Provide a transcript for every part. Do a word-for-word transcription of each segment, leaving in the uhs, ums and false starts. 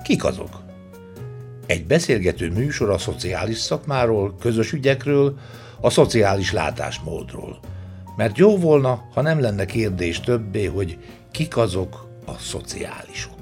Kik azok? Egy beszélgető műsor a szociális szakmáról, közös ügyekről, a szociális látásmódról. Mert jó volna, ha nem lenne kérdés többé, hogy kik azok a szociálisok.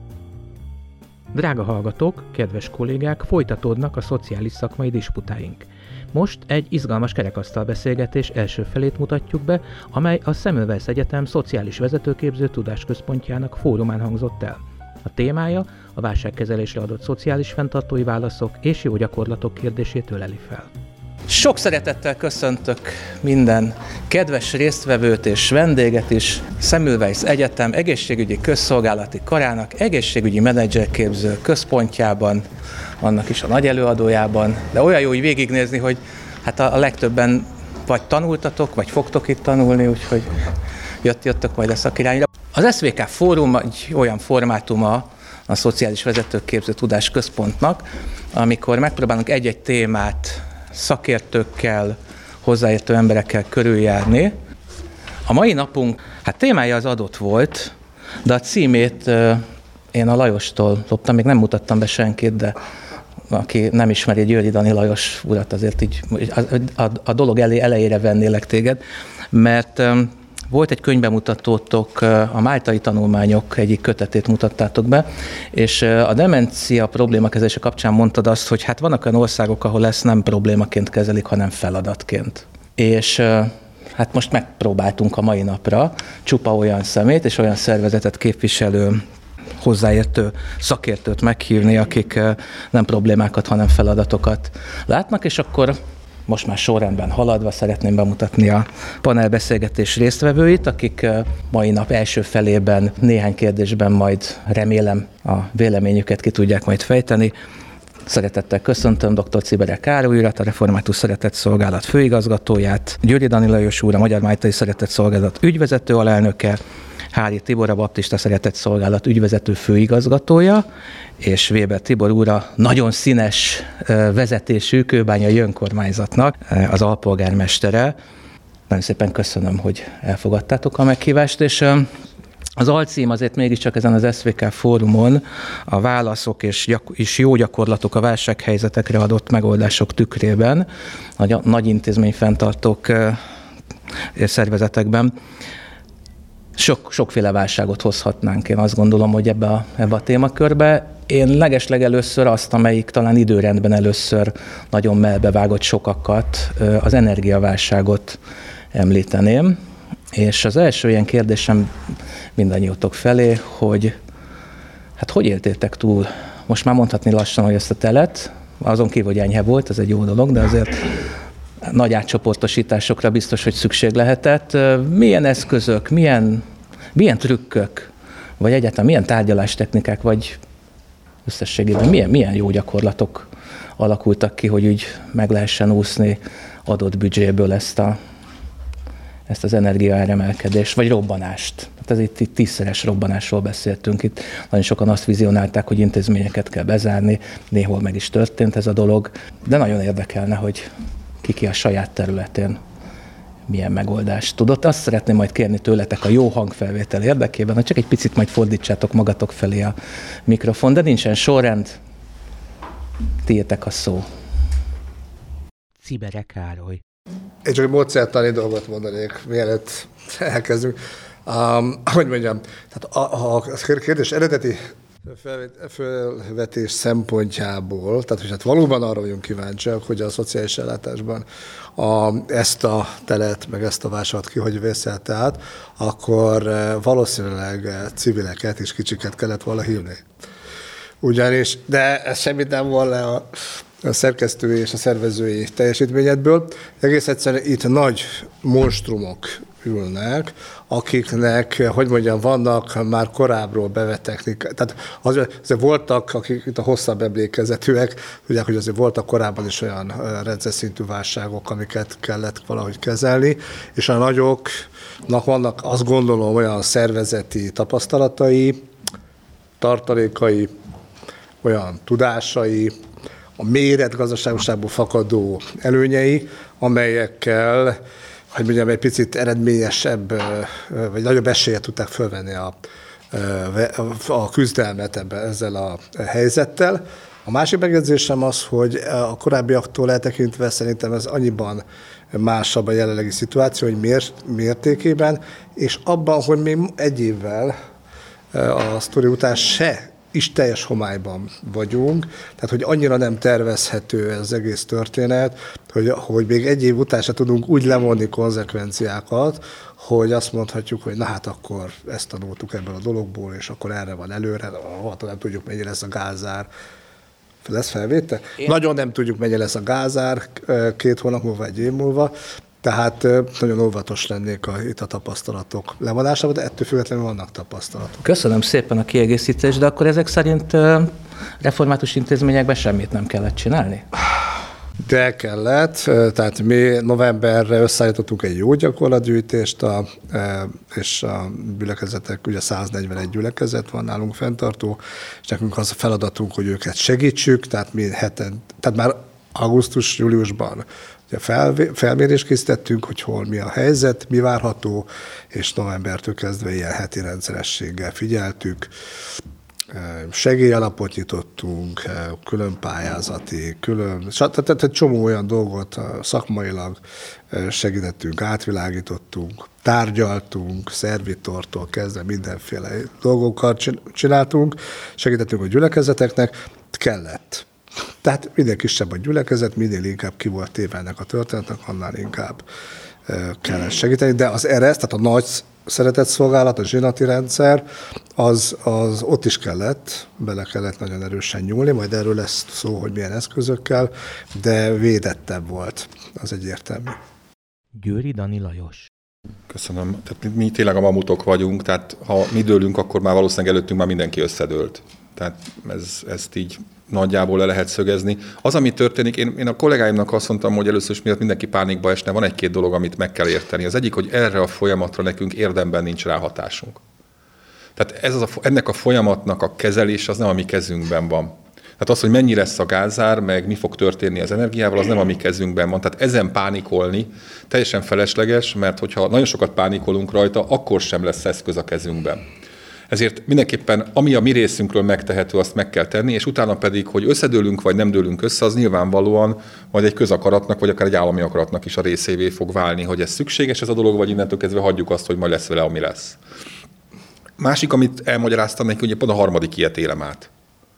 Drága hallgatók, kedves kollégák, folytatódnak a szociális szakmai disputáink. Most egy izgalmas kerekasztal beszélgetés első felét mutatjuk be, amely a Semmelweis Egyetem Szociális Vezetőképző Tudásközpontjának fórumán hangzott el. A témája a válságkezelésre adott szociális fenntartói válaszok és jó gyakorlatok kérdését öleli fel. Sok szeretettel köszöntök minden kedves résztvevőt és vendéget is Semmelweis Egyetem egészségügyi közszolgálati karának egészségügyi menedzserképző központjában, annak is a nagy előadójában, de olyan jó így végignézni, hogy hát a legtöbben vagy tanultatok, vagy fogtok itt tanulni, úgyhogy jött, jöttök majd a szakirányra. Az es vé ká Fórum egy olyan formátuma a Szociális Vezetőképző Tudásközpontnak, amikor megpróbálunk egy-egy témát szakértőkkel, hozzáértő emberekkel körüljárni. A mai napunk, hát témája az adott volt, de a címét én a Lajostól loptam, még nem mutattam be senkit, de aki nem ismeri Győri Dani Lajos urat, azért így a, a, a dolog elé, elejére vennélek téged, mert volt egy könyvbemutatótok, a máltai tanulmányok egyik kötetét mutattátok be, és a demencia problémakezelése kapcsán mondtad azt, hogy hát vannak olyan országok, ahol ezt nem problémaként kezelik, hanem feladatként. És hát most megpróbáltunk a mai napra csupa olyan szemét és olyan szervezetet képviselő, hozzáértő szakértőt meghívni, akik nem problémákat, hanem feladatokat látnak, és akkor most már sorrendben haladva szeretném bemutatni a panelbeszélgetés résztvevőit, akik mai nap első felében néhány kérdésben majd remélem a véleményüket ki tudják majd fejteni. Szeretettel köszöntöm dr. Czibere Károly urat, a Református Szeretett Szolgálat főigazgatóját, Győri Dani Lajos úr, a Magyar Máltai Szeretett Szolgálat ügyvezető alelnöke, Hári Tibor, a Baptista Szeretett Szolgálat ügyvezető főigazgatója, és Weber Tibor úr a nagyon színes vezetésű Kőbányai önkormányzatnak az alpolgármestere. Nagyon szépen köszönöm, hogy elfogadtátok a meghívást, és az alcím azért mégiscsak ezen az es vé ká fórumon a válaszok és, gyak- és jó gyakorlatok a válsághelyzetekre adott megoldások tükrében, a nagy intézményfenntartók szervezetekben. Sok, sokféle válságot hozhatnánk, én azt gondolom, hogy ebbe a, ebbe a témakörbe. Én legesleg először azt, amelyik talán időrendben először nagyon mellbevágott sokakat, az energiaválságot említeném. És az első ilyen kérdésem mindannyiótok felé, hogy hát hogy éltétek túl, most már mondhatni lassan, hogy ezt a telet, azon kívül, hogy enyhe volt, ez egy jó dolog, de azért nagy átcsoportosításokra biztos, hogy szükség lehetett. Milyen eszközök, milyen, milyen trükkök, vagy egyáltalán milyen tárgyalástechnikák, vagy összességében milyen, milyen jó gyakorlatok alakultak ki, hogy úgy meg lehessen úszni adott büdzséből ezt, a, ezt az energiaáremelkedést, vagy robbanást. Hát ez itt, itt tízszeres robbanásról beszéltünk. Itt nagyon sokan azt vizionálták, hogy intézményeket kell bezárni, néhol meg is történt ez a dolog, de nagyon érdekelne, hogy ki a saját területén milyen megoldást tudott. Azt szeretném majd kérni tőletek a jó hangfelvétel érdekében, hogy csak egy picit majd fordítsátok magatok felé a mikrofon, de nincsen sorrend, tiétek a szó. Czibere Károly. Én csak egy módszertani dolgot mondanék, mielőtt elkezdünk. Um, hogy mondjam, tehát a, a kérdés eredeti felvetés szempontjából, tehát hogy hát valóban arra vagyunk kíváncsiak, hogy a szociális ellátásban a, ezt a telet, meg ezt a válságot ki, hogy vészelte át, akkor valószínűleg civileket és kicsiket kellett volna hívni. Ugyanis, de ez semmit nem von le a, a szerkesztői és a szervezői teljesítményedből. Egész egyszerűen itt nagy monstrumok ülnek, akiknek, hogy mondjam, vannak már korábbról bevett technikák. Tehát azért, azért voltak, akik itt a hosszabb emlékezetűek, tudják, hogy azért voltak korábban is olyan rendszer szintű válságok, amiket kellett valahogy kezelni, és a nagyoknak vannak, azt gondolom, olyan szervezeti tapasztalatai, tartalékai, olyan tudásai, a méret gazdaságosságból fakadó előnyei, amelyekkel, hogy mondjam, egy picit eredményesebb, vagy nagyobb eséllyel tudták fölvenni a, a küzdelmet ebben, ezzel a helyzettel. A másik megjegyzésem az, hogy a korábbiaktól eltekintve szerintem ez annyiban másabb a jelenlegi szituáció, hogy mér, mértékében, és abban, hogy még egy évvel a sztori után se is teljes homályban vagyunk, tehát hogy annyira nem tervezhető ez az egész történet, hogy, hogy még egy év után se tudunk úgy levonni konzekvenciákat, hogy azt mondhatjuk, hogy na hát akkor ezt tanultuk ebből a dologból, és akkor erre van előre, ha nem tudjuk, mennyi lesz a gázár. Lesz felvétel? Én... Nagyon nem tudjuk, mennyi lesz a gázár két hónap múlva, egy év múlva, tehát nagyon óvatos lennék a, itt a tapasztalatok levonásában, de ettől függetlenül vannak tapasztalatok. Köszönöm szépen a kiegészítést, de akkor ezek szerint református intézményekben semmit nem kellett csinálni? De kellett, tehát mi novemberre összeállítottunk egy jó gyakorlatgyűjtést, a, és a gyülekezetek, ugye száznegyvenegy gyülekezet van nálunk fenntartó, és nekünk az a feladatunk, hogy őket segítsük, tehát mi heten, tehát már augusztus-júliusban ugye fel, felmérést készítettünk, hogy hol mi a helyzet, mi várható, és novembertől kezdve ilyen heti rendszerességgel figyeltük. Segélyalapot nyitottunk, külön pályázati, külön, tehát egy csomó olyan dolgot szakmailag segítettünk, átvilágítottunk, tárgyaltunk, szervitortól kezdve mindenféle dolgokat csináltunk, segítettünk a gyülekezeteknek, kellett. Tehát minél kisebb a gyülekezet, minél inkább ki volt téve ennek a történetnek, annál inkább kellett segíteni, de az er es, tehát a nagy szeretetszolgálat, a zsinati rendszer, az, az ott is kellett, bele kellett nagyon erősen nyúlni, majd erről lesz szó, hogy milyen eszközökkel, de védettebb volt, az egyértelmű. Győri Dani Lajos. Köszönöm. Tehát mi tényleg a mamutok vagyunk, tehát ha mi dőlünk, akkor már valószínűleg előttünk már mindenki összedőlt. Tehát ez, ezt így nagyjából le lehet szögezni. Az, ami történik, én, én a kollégáimnak azt mondtam, hogy először is miatt mindenki pánikba esne, van egy-két dolog, amit meg kell érteni. Az egyik, hogy erre a folyamatra nekünk érdemben nincs ráhatásunk. Tehát ez az a, ennek a folyamatnak a kezelés az nem a mi kezünkben van. Tehát az, hogy mennyi lesz a gázár, meg mi fog történni az energiával, az nem a mi kezünkben van. Tehát ezen pánikolni teljesen felesleges, mert hogyha nagyon sokat pánikolunk rajta, akkor sem lesz eszköz a kezünkben. Ezért mindenképpen, ami a mi részünkről megtehető, azt meg kell tenni, és utána pedig, hogy összedőlünk vagy nem dőlünk össze, az nyilvánvalóan majd egy közakaratnak, vagy akár egy állami akaratnak is a részévé fog válni, hogy ez szükséges ez a dolog, vagy innentől kezdve hagyjuk azt, hogy majd lesz vele, ami lesz. Másik, amit elmagyaráztam neki, ugye pont a harmadik ilyet élem át.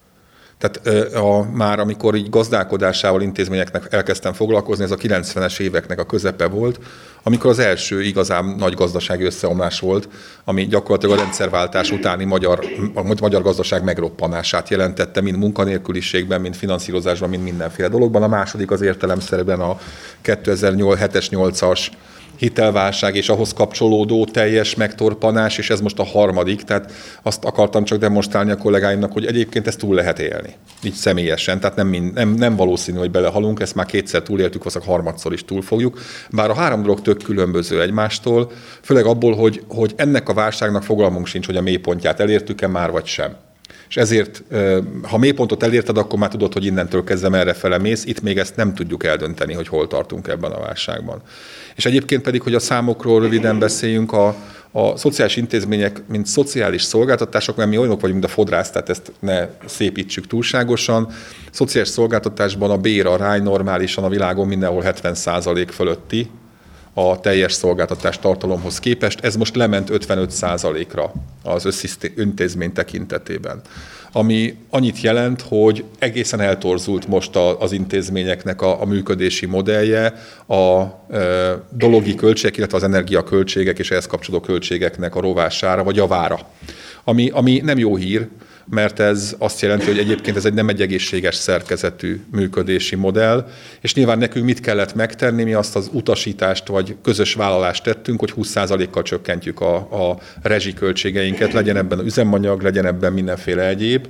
Tehát a, már amikor így gazdálkodásával intézményeknek elkezdtem foglalkozni, ez a kilencvenes éveknek a közepe volt, amikor az első igazán nagy gazdasági összeomlás volt, ami gyakorlatilag a rendszerváltás utáni magyar, a magyar gazdaság megroppanását jelentette, mind munkanélküliségben, mind finanszírozásban, mind mindenféle dologban. A második az értelemszerűen a kétezer-hetes nyolcas hitelválság és ahhoz kapcsolódó teljes megtorpanás, és ez most a harmadik, tehát azt akartam csak demonstrálni a kollégáimnak, hogy egyébként ezt túl lehet élni, így személyesen, tehát nem, nem, nem valószínű, hogy belehalunk, ezt már kétszer túléltük, valószínűleg harmadszor is túl fogjuk, bár a három dolog tök különböző egymástól, főleg abból, hogy, hogy ennek a válságnak fogalmunk sincs, hogy a mélypontját elértük-e már vagy sem. És ezért, ha mélypontot elérted, akkor már tudod, hogy innentől kezdve merre fele mész, itt még ezt nem tudjuk eldönteni, hogy hol tartunk ebben a válságban. És egyébként pedig, hogy a számokról röviden beszéljünk, a, a szociális intézmények, mint szociális szolgáltatások, mert mi olyanok vagyunk, mint a fodrász, tehát ezt ne szépítsük túlságosan. Szociális szolgáltatásban a bérarány normálisan a világon mindenhol hetven százalék fölötti a teljes szolgáltatás tartalomhoz képest. Ez most lement ötvenöt százalékra az összintézmény tekintetében. Ami annyit jelent, hogy egészen eltorzult most az intézményeknek a, a működési modellje, a e, dologi költségek, illetve az energiaköltségek és ehhez kapcsolódó költségeknek a rovására vagy javára. Ami, ami nem jó hír, mert ez azt jelenti, hogy egyébként ez egy nem egy egészséges szerkezetű működési modell, és nyilván nekünk mit kellett megtenni, mi azt az utasítást vagy közös vállalást tettünk, hogy húsz százalékkal csökkentjük a, a rezsiköltségeinket, legyen ebben üzemanyag, legyen ebben mindenféle egyéb,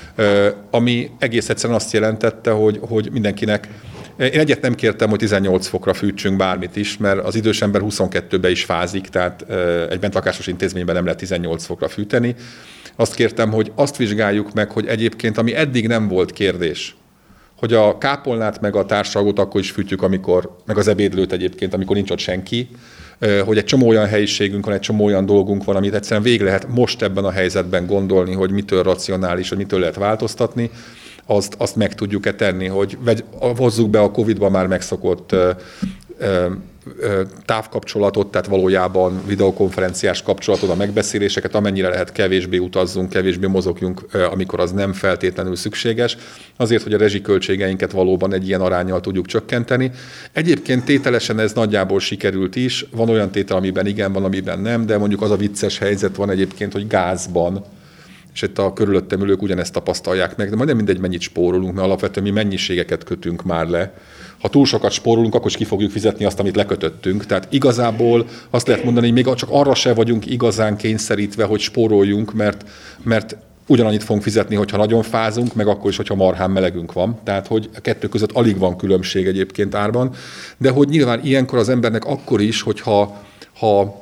ami egész egyszerűen azt jelentette, hogy, hogy mindenkinek. Én egyet nem kértem, hogy tizennyolc fokra fűtsünk bármit is, mert az idős ember huszonkettőbe is fázik, tehát egy bentlakásos intézményben nem lehet tizennyolc fokra fűteni. Azt kértem, hogy azt vizsgáljuk meg, hogy egyébként, ami eddig nem volt kérdés, hogy a kápolnát meg a társalgót akkor is fűtjük, amikor, meg az ebédlőt egyébként, amikor nincs ott senki, hogy egy csomó olyan helyiségünk van, egy csomó olyan dolgunk van, amit egyszerűen végig lehet most ebben a helyzetben gondolni, hogy mitől racionális, hogy mitől lehet változtatni, azt, azt meg tudjuk-e tenni, hogy hozzuk be a Covid-ban már megszokott távkapcsolatot, tehát valójában videokonferenciás kapcsolatot, a megbeszéléseket, amennyire lehet kevésbé utazzunk, kevésbé mozogjunk, amikor az nem feltétlenül szükséges, azért, hogy a rezsiköltségeinket valóban egy ilyen aránnyal tudjuk csökkenteni. Egyébként tételesen ez nagyjából sikerült is, van olyan tétel, amiben igen, van, amiben nem, de mondjuk az a vicces helyzet van egyébként, hogy gázban, és itt a körülöttem ülők ugyanezt tapasztalják meg, de majd nem mindegy, mennyit spórolunk, mert alapvetően mi mennyiségeket kötünk már le. Ha túl sokat spórolunk, akkor is ki fogjuk fizetni azt, amit lekötöttünk. Tehát igazából azt lehet mondani, hogy még csak arra se vagyunk igazán kényszerítve, hogy spóroljunk, mert, mert ugyanannyit fogunk fizetni, hogyha nagyon fázunk, meg akkor is, hogyha marhán melegünk van. Tehát, hogy a kettő között alig van különbség egyébként árban, de hogy nyilván ilyenkor az embernek akkor is, hogyha ha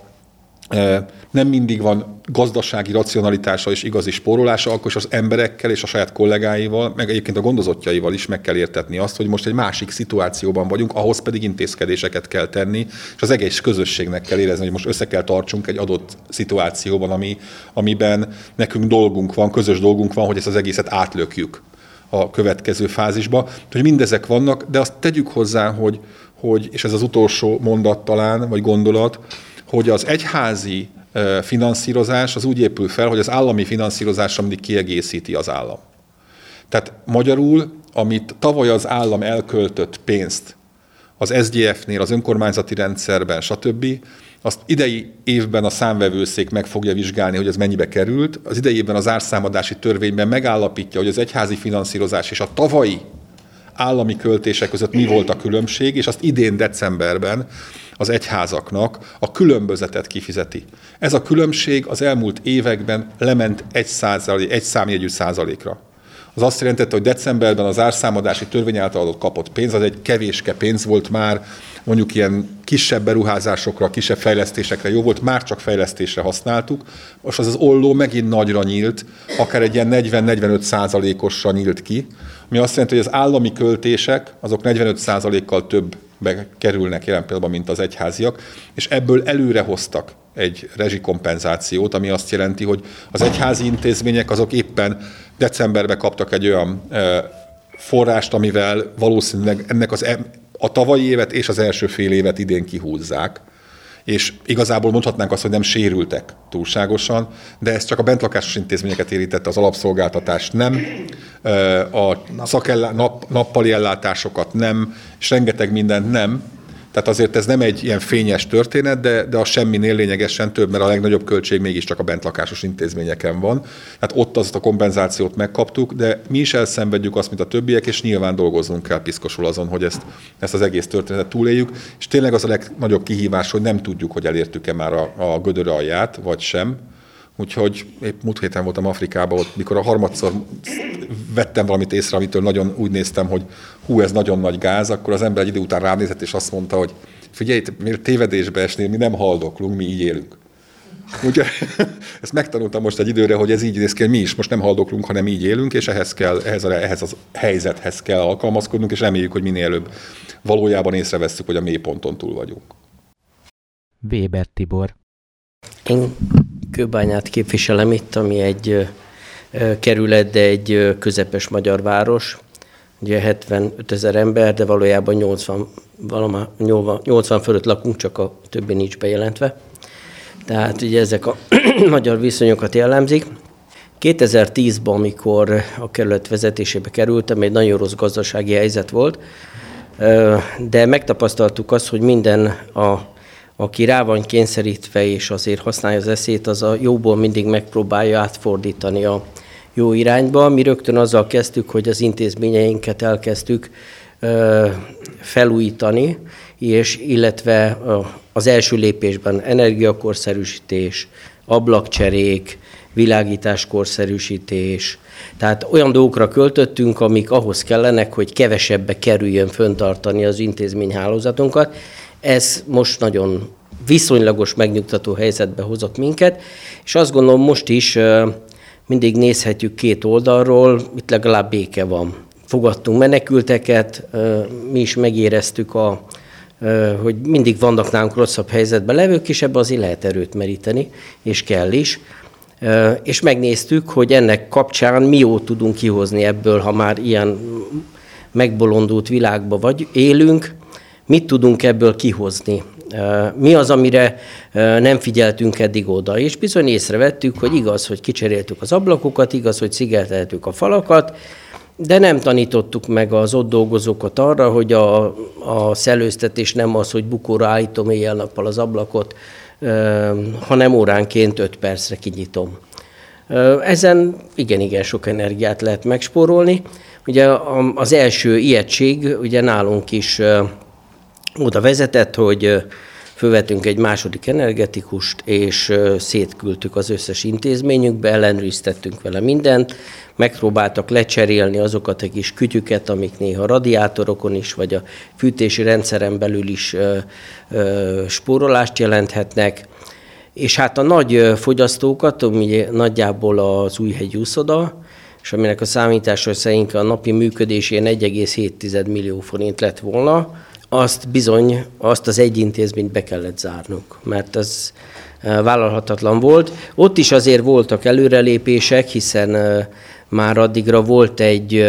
nem mindig van gazdasági racionalitása és igazi spórolása, akkor is az emberekkel és a saját kollégáival, meg egyébként a gondozottjaival is meg kell értetni azt, hogy most egy másik szituációban vagyunk, ahhoz pedig intézkedéseket kell tenni, és az egész közösségnek kell érezni, hogy most össze kell tartsunk egy adott szituációban, ami, amiben nekünk dolgunk van, közös dolgunk van, hogy ezt az egészet átlökjük a következő fázisba. Hogy mindezek vannak, de azt tegyük hozzá, hogy, hogy és ez az utolsó mondat talán, vagy gondolat, hogy az egyházi finanszírozás az úgy épül fel, hogy az állami finanszírozásra mindig kiegészíti az állam. Tehát magyarul, amit tavaly az állam elköltött pénzt az es dé ef-nél, az önkormányzati rendszerben, stb., azt idei évben a számvevőszék meg fogja vizsgálni, hogy ez mennyibe került. Az idei évben az árszámadási törvényben megállapítja, hogy az egyházi finanszírozás és a tavalyi állami költések között mi volt a különbség, és azt idén decemberben az egyházaknak a különbözetet kifizeti. Ez a különbség az elmúlt években lement egy, százalék, egy számjegyű százalékra. Az azt jelentette, hogy decemberben az árszámadási törvény által adott kapott pénz, az egy kevéske pénz volt már, mondjuk ilyen kisebb beruházásokra, kisebb fejlesztésekre jó volt, már csak fejlesztésre használtuk, most az az olló megint nagyra nyílt, akár egy ilyen negyven-negyvenöt százalékosra nyílt ki, ami azt jelenti, hogy az állami költések azok negyvenöt százalékkal többbe kerülnek jelen pillanatban, mint az egyháziak, és ebből előre hoztak egy rezsikompenzációt, ami azt jelenti, hogy az egyházi intézmények azok éppen decemberben kaptak egy olyan forrást, amivel valószínűleg ennek az, a tavalyi évet és az első fél évet idén kihúzzák, és igazából mondhatnánk azt, hogy nem sérültek túlságosan, de ez csak a bentlakásos intézményeket érintette, az alapszolgáltatást nem, a szakellá, nap, nappali ellátásokat nem, és rengeteg mindent nem. Tehát azért ez nem egy ilyen fényes történet, de, de a semminél lényegesen több, mert a legnagyobb költség mégiscsak a bentlakásos intézményeken van. Hát ott azt a kompenzációt megkaptuk, de mi is elszenvedjük azt, mint a többiek, és nyilván dolgoznunk kell piszkosul azon, hogy ezt, ezt az egész történetet túléljük. És tényleg az a legnagyobb kihívás, hogy nem tudjuk, hogy elértük-e már a, a gödör alját, vagy sem. Úgyhogy épp múlt héten voltam Afrikában, ott, mikor a harmadszor vettem valamit észre, amitől nagyon úgy néztem, hogy hú, ez nagyon nagy gáz, akkor az ember egy idő után ránézett, és azt mondta, hogy figyelj, miért tévedésbe esnél, mi nem haldoklunk, mi így élünk. Úgyhogy ezt megtanultam most egy időre, hogy ez így néz ki, hogy mi is most nem haldoklunk, hanem így élünk, és ehhez, kell, ehhez, a, ehhez az helyzethez kell alkalmazkodnunk, és reméljük, hogy minél előbb valójában észrevesszük, hogy a mélyponton túl vagyunk. Weber Tibor. Én Kőbányát képviselem itt, ami egy kerület, de egy közepes magyar város. Ugye hetvenöt ezer ember, de valójában nyolcvan, nyolcvan fölött lakunk, csak a többi nincs bejelentve. Tehát ugye ezek a magyar viszonyokat jellemzik. kétezer-tízben, amikor a kerület vezetésébe kerültem, egy nagyon rossz gazdasági helyzet volt, de megtapasztaltuk azt, hogy minden a aki rá van kényszerítve, és azért használja az eszét, az a jóból mindig megpróbálja átfordítani a jó irányba. Mi rögtön azzal kezdtük, hogy az intézményeinket elkezdtük ö, felújítani, és illetve az első lépésben energiakorszerűsítés, ablakcserék, világításkorszerűsítés. Tehát olyan dolgokra költöttünk, amik ahhoz kellenek, hogy kevesebbe kerüljön föntartani az intézményhálózatunkat. Ez most nagyon viszonylagos, megnyugtató helyzetbe hozott minket, és azt gondolom most is mindig nézhetjük két oldalról, itt legalább béke van. Fogadtunk menekülteket, mi is megéreztük a hogy mindig vannak nálunk rosszabb helyzetben levők, és ebbe azért lehet erőt meríteni, és kell is. És megnéztük, hogy ennek kapcsán mi jót tudunk kihozni ebből, ha már ilyen megbolondult világba vagy élünk, mit tudunk ebből kihozni. Mi az, amire nem figyeltünk eddig oda, és bizony észrevettük, hogy igaz, hogy kicseréltük az ablakokat, igaz, hogy szigeteltük a falakat, de nem tanítottuk meg az ott dolgozókat arra, hogy a, a szellőztetés nem az, hogy bukóra állítom éjjel-nappal az ablakot, hanem óránként öt percre kinyitom. Ezen igen-igen sok energiát lehet megspórolni. Ugye az első ijegység ugye nálunk is oda vezetett, hogy fölvettünk egy második energetikust, és szétküldtük az összes intézményünkbe, ellenőriztettünk vele mindent, megpróbáltak lecserélni azokat a kis kütyüket, amik néha radiátorokon is, vagy a fűtési rendszeren belül is ö, ö, spórolást jelenthetnek. És hát a nagy fogyasztókat, ami nagyjából az Újhegyi úszoda, és aminek a számítása szerint a napi működésén egy egész hét millió forint lett volna, azt bizony, azt az egy intézményt be kellett zárnunk, mert ez vállalhatatlan volt. Ott is azért voltak előrelépések, hiszen már addigra volt egy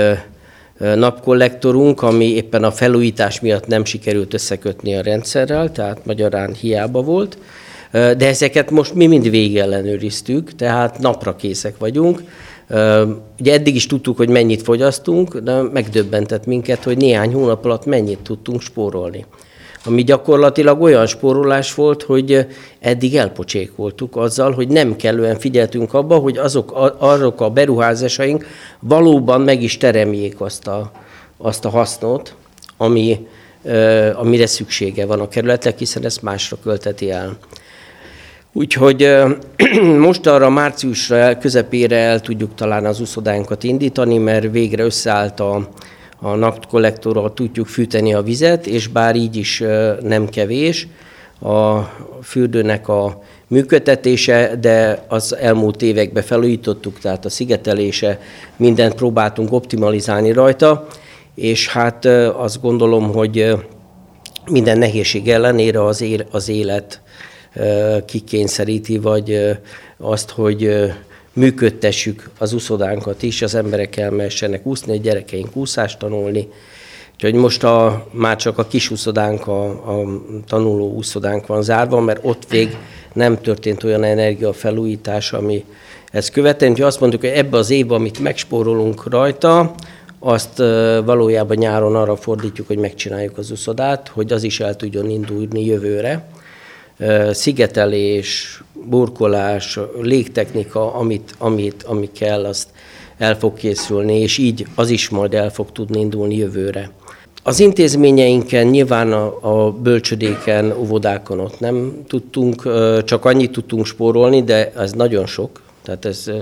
napkollektorunk, ami éppen a felújítás miatt nem sikerült összekötni a rendszerrel, tehát magyarán hiába volt. De ezeket most mi mind végellenőriztük, tehát napra készek vagyunk. Ugye eddig is tudtuk, hogy mennyit fogyasztunk, de megdöbbentett minket, hogy néhány hónap alatt mennyit tudtunk spórolni. Ami gyakorlatilag olyan spórolás volt, hogy eddig elpocsékoltuk azzal, hogy nem kellően figyeltünk abba, hogy azok, azok a beruházásaink valóban meg is teremjék azt a, azt a hasznot, ami, amire szüksége van a kerületnek, hiszen ezt másra költeti el. Úgyhogy most arra márciusra közepére el tudjuk talán az úszodánkat indítani, mert végre összeállt a, a napkollektorral, tudjuk fűteni a vizet, és bár így is nem kevés a fürdőnek a működtetése, de az elmúlt években felújítottuk, tehát a szigetelése, mindent próbáltunk optimalizálni rajta, és hát azt gondolom, hogy minden nehézség ellenére az, él, az élet kikényszeríti, vagy azt, hogy működtessük az úszodánkat is, az emberek elmehessenek úszni, a gyerekeink úszást tanulni. Úgyhogy most a, már csak a kis úszodánk, a, a tanuló úszodánk van zárva, mert ott még nem történt olyan energiafelújítás, ami ezt követően. Úgyhogy azt mondjuk, hogy ebbe az évben, amit megspórolunk rajta, azt valójában nyáron arra fordítjuk, hogy megcsináljuk az úszodát, hogy az is el tudjon indulni jövőre. Szigetelés, burkolás, légtechnika, amit, amit, ami kell, azt el fog készülni, és így az is majd el fog tudni indulni jövőre. Az intézményeinken, nyilván a, a bölcsödéken, óvodákon ott nem tudtunk, csak annyit tudtunk spórolni, de ez nagyon sok. Tehát ez,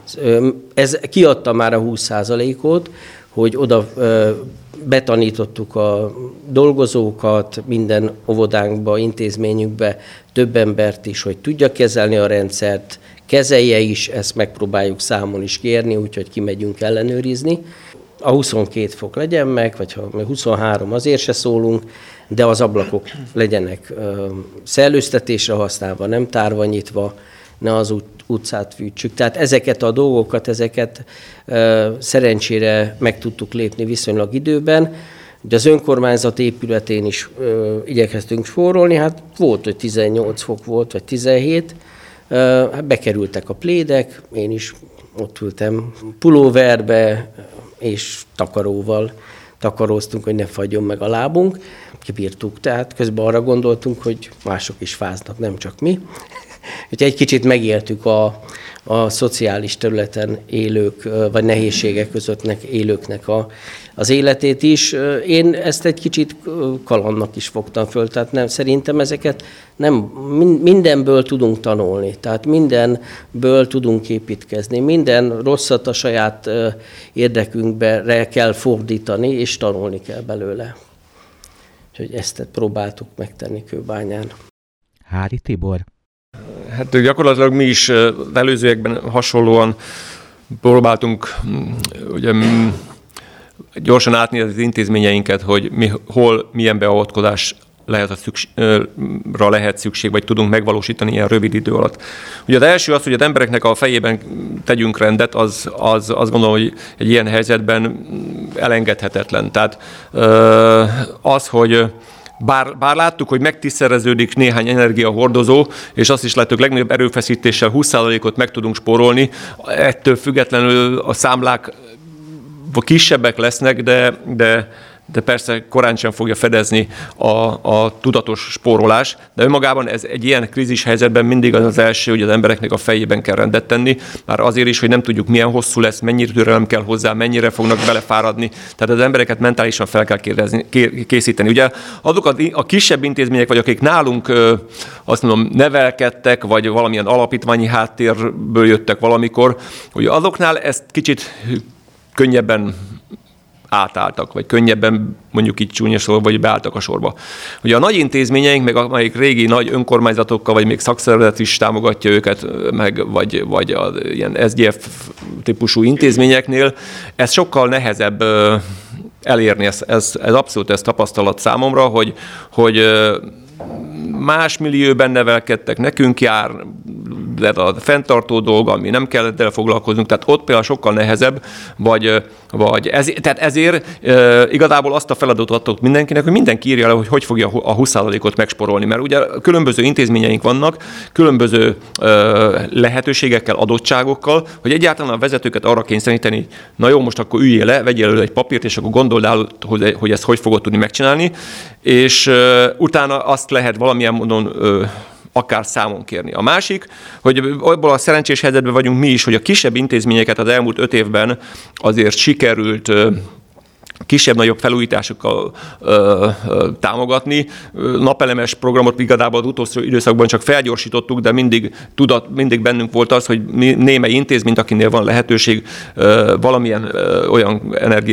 ez kiadta már a húsz százalékot, hogy oda betanítottuk a dolgozókat minden óvodánkba, intézményükbe, több embert is, hogy tudja kezelni a rendszert, kezelje is, ezt megpróbáljuk számon is kérni, úgyhogy kimegyünk ellenőrizni. A huszonkét fok legyen meg, vagy ha huszonhárom, azért se szólunk, de az ablakok legyenek szellőztetésre használva, nem tárva nyitva, ne az ut- utcát fűtsük. Tehát ezeket a dolgokat, ezeket e, szerencsére meg tudtuk lépni viszonylag időben. De az önkormányzat épületén is e, igyekeztünk spórolni, hát volt, hogy tizennyolc fok volt, vagy tizenhét, e, hát bekerültek a plédek, én is ott ültem pulóverbe és takaróval takaróztunk, hogy ne fagyjon meg a lábunk, kibírtuk, tehát közben arra gondoltunk, hogy mások is fáznak, nem csak mi. Úgyhogy egy kicsit megéltük a, a szociális területen élők, vagy nehézségek közöttnek élőknek a, az életét is. Én ezt egy kicsit kalandnak is fogtam föl, tehát nem, szerintem ezeket nem, mindenből tudunk tanulni, tehát mindenből tudunk építkezni, minden rosszat a saját érdekünkbe kell fordítani, és tanulni kell belőle. Úgyhogy ezt próbáltuk megtenni Kőbányán. Hári Tibor. Hát gyakorlatilag mi is előzőekben hasonlóan próbáltunk ugye, gyorsan átnézni az intézményeinket, hogy mi, hol milyen beavatkozás lehet, a szükség, lehet szükség, vagy tudunk megvalósítani ilyen rövid idő alatt. Ugye az első az, hogy az embereknek a fejében tegyünk rendet, az, az azt gondolom, hogy egy ilyen helyzetben elengedhetetlen. Tehát az, hogy Bár, bár láttuk, hogy megtízszereződik néhány energiahordozó, és azt is látjuk, legnagyobb erőfeszítéssel húsz százalékot meg tudunk spórolni, ettől függetlenül a számlák kisebbek lesznek, de, de, de persze korán sem fogja fedezni a, a tudatos spórolás, de önmagában ez egy ilyen krízis helyzetben mindig az az első, hogy az embereknek a fejében kell rendet tenni, már azért is, hogy nem tudjuk, milyen hosszú lesz, mennyire türelem kell hozzá, mennyire fognak belefáradni, tehát az embereket mentálisan fel kell kérdezni, készíteni. Ugye azok a, a kisebb intézmények, vagy akik nálunk azt mondom, nevelkedtek, vagy valamilyen alapítványi háttérből jöttek valamikor, hogy azoknál ezt kicsit könnyebben átálltak, vagy könnyebben mondjuk így csúnya sorba, vagy beálltak a sorba. Ugye a nagy intézményeink, meg amelyik régi nagy önkormányzatokkal, vagy még szakszervezet is támogatja őket, meg, vagy, vagy a ilyen es dé ef típusú intézményeknél, ez sokkal nehezebb elérni. Ez, ez, ez abszolút ez tapasztalat számomra, hogy, hogy más millióben nevelkedtek, nekünk jár, de a fenntartó dolga, ami nem kellett el foglalkoznunk, tehát ott például sokkal nehezebb, vagy, vagy ez, tehát ezért e, igazából azt a feladatot adott mindenkinek, hogy mindenki írja le, hogy hogy fogja a húsz százalékot megsporolni, mert ugye különböző intézményeink vannak, különböző e, lehetőségekkel, adottságokkal, hogy egyáltalán a vezetőket arra kényszeríteni, na jó, most akkor üljél le, vegyél elő egy papírt, és akkor gondold el, hogy, hogy ezt hogy fogod tudni megcsinálni, és e, utána azt lehet valamilyen módon e, akár számon kérni. A másik, hogy abból a szerencsés helyzetben vagyunk mi is, hogy a kisebb intézményeket az elmúlt öt évben azért sikerült kisebb-nagyobb felújításokkal ö, ö, támogatni. Napelemes programot igazából az utolsó időszakban csak felgyorsítottuk, de mindig, tudat, mindig bennünk volt az, hogy némely intézményt, akinél van lehetőség, ö, valamilyen ö, olyan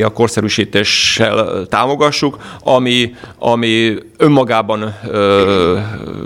energiakorszerűsítéssel támogassuk, ami, ami önmagában ö,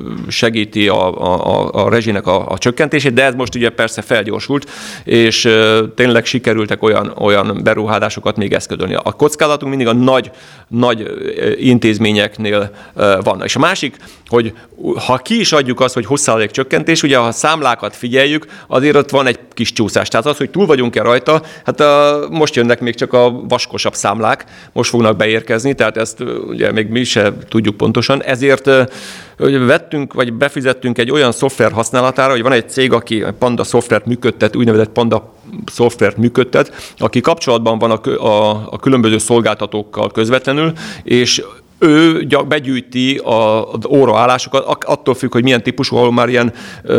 segíti a, a, a rezsinek a, a csökkentését, de ez most ugye persze felgyorsult, és ö, tényleg sikerültek olyan, olyan beruházásokat még eszközölni. A kockázatunk mindig a nagy, nagy intézményeknél van. És a másik, hogy ha ki is adjuk azt, hogy húsz százalék csökkentés, ugye ha a számlákat figyeljük, azért ott van egy kis csúszás. Tehát az, hogy túl vagyunk-e rajta, hát a, most jönnek még csak a vaskosabb számlák, most fognak beérkezni, tehát ezt ugye még mi se tudjuk pontosan. Ezért vettünk, vagy befizettünk egy olyan szoftver használatára, hogy van egy cég, aki Panda szoftvert működtet, úgynevezett Panda szoftvert működtet, aki kapcsolatban van a, a, a különböző szolgáltatókkal közvetlenül, és ő begyűjti az óraállásokat, attól függ, hogy milyen típusú, ahol már ilyen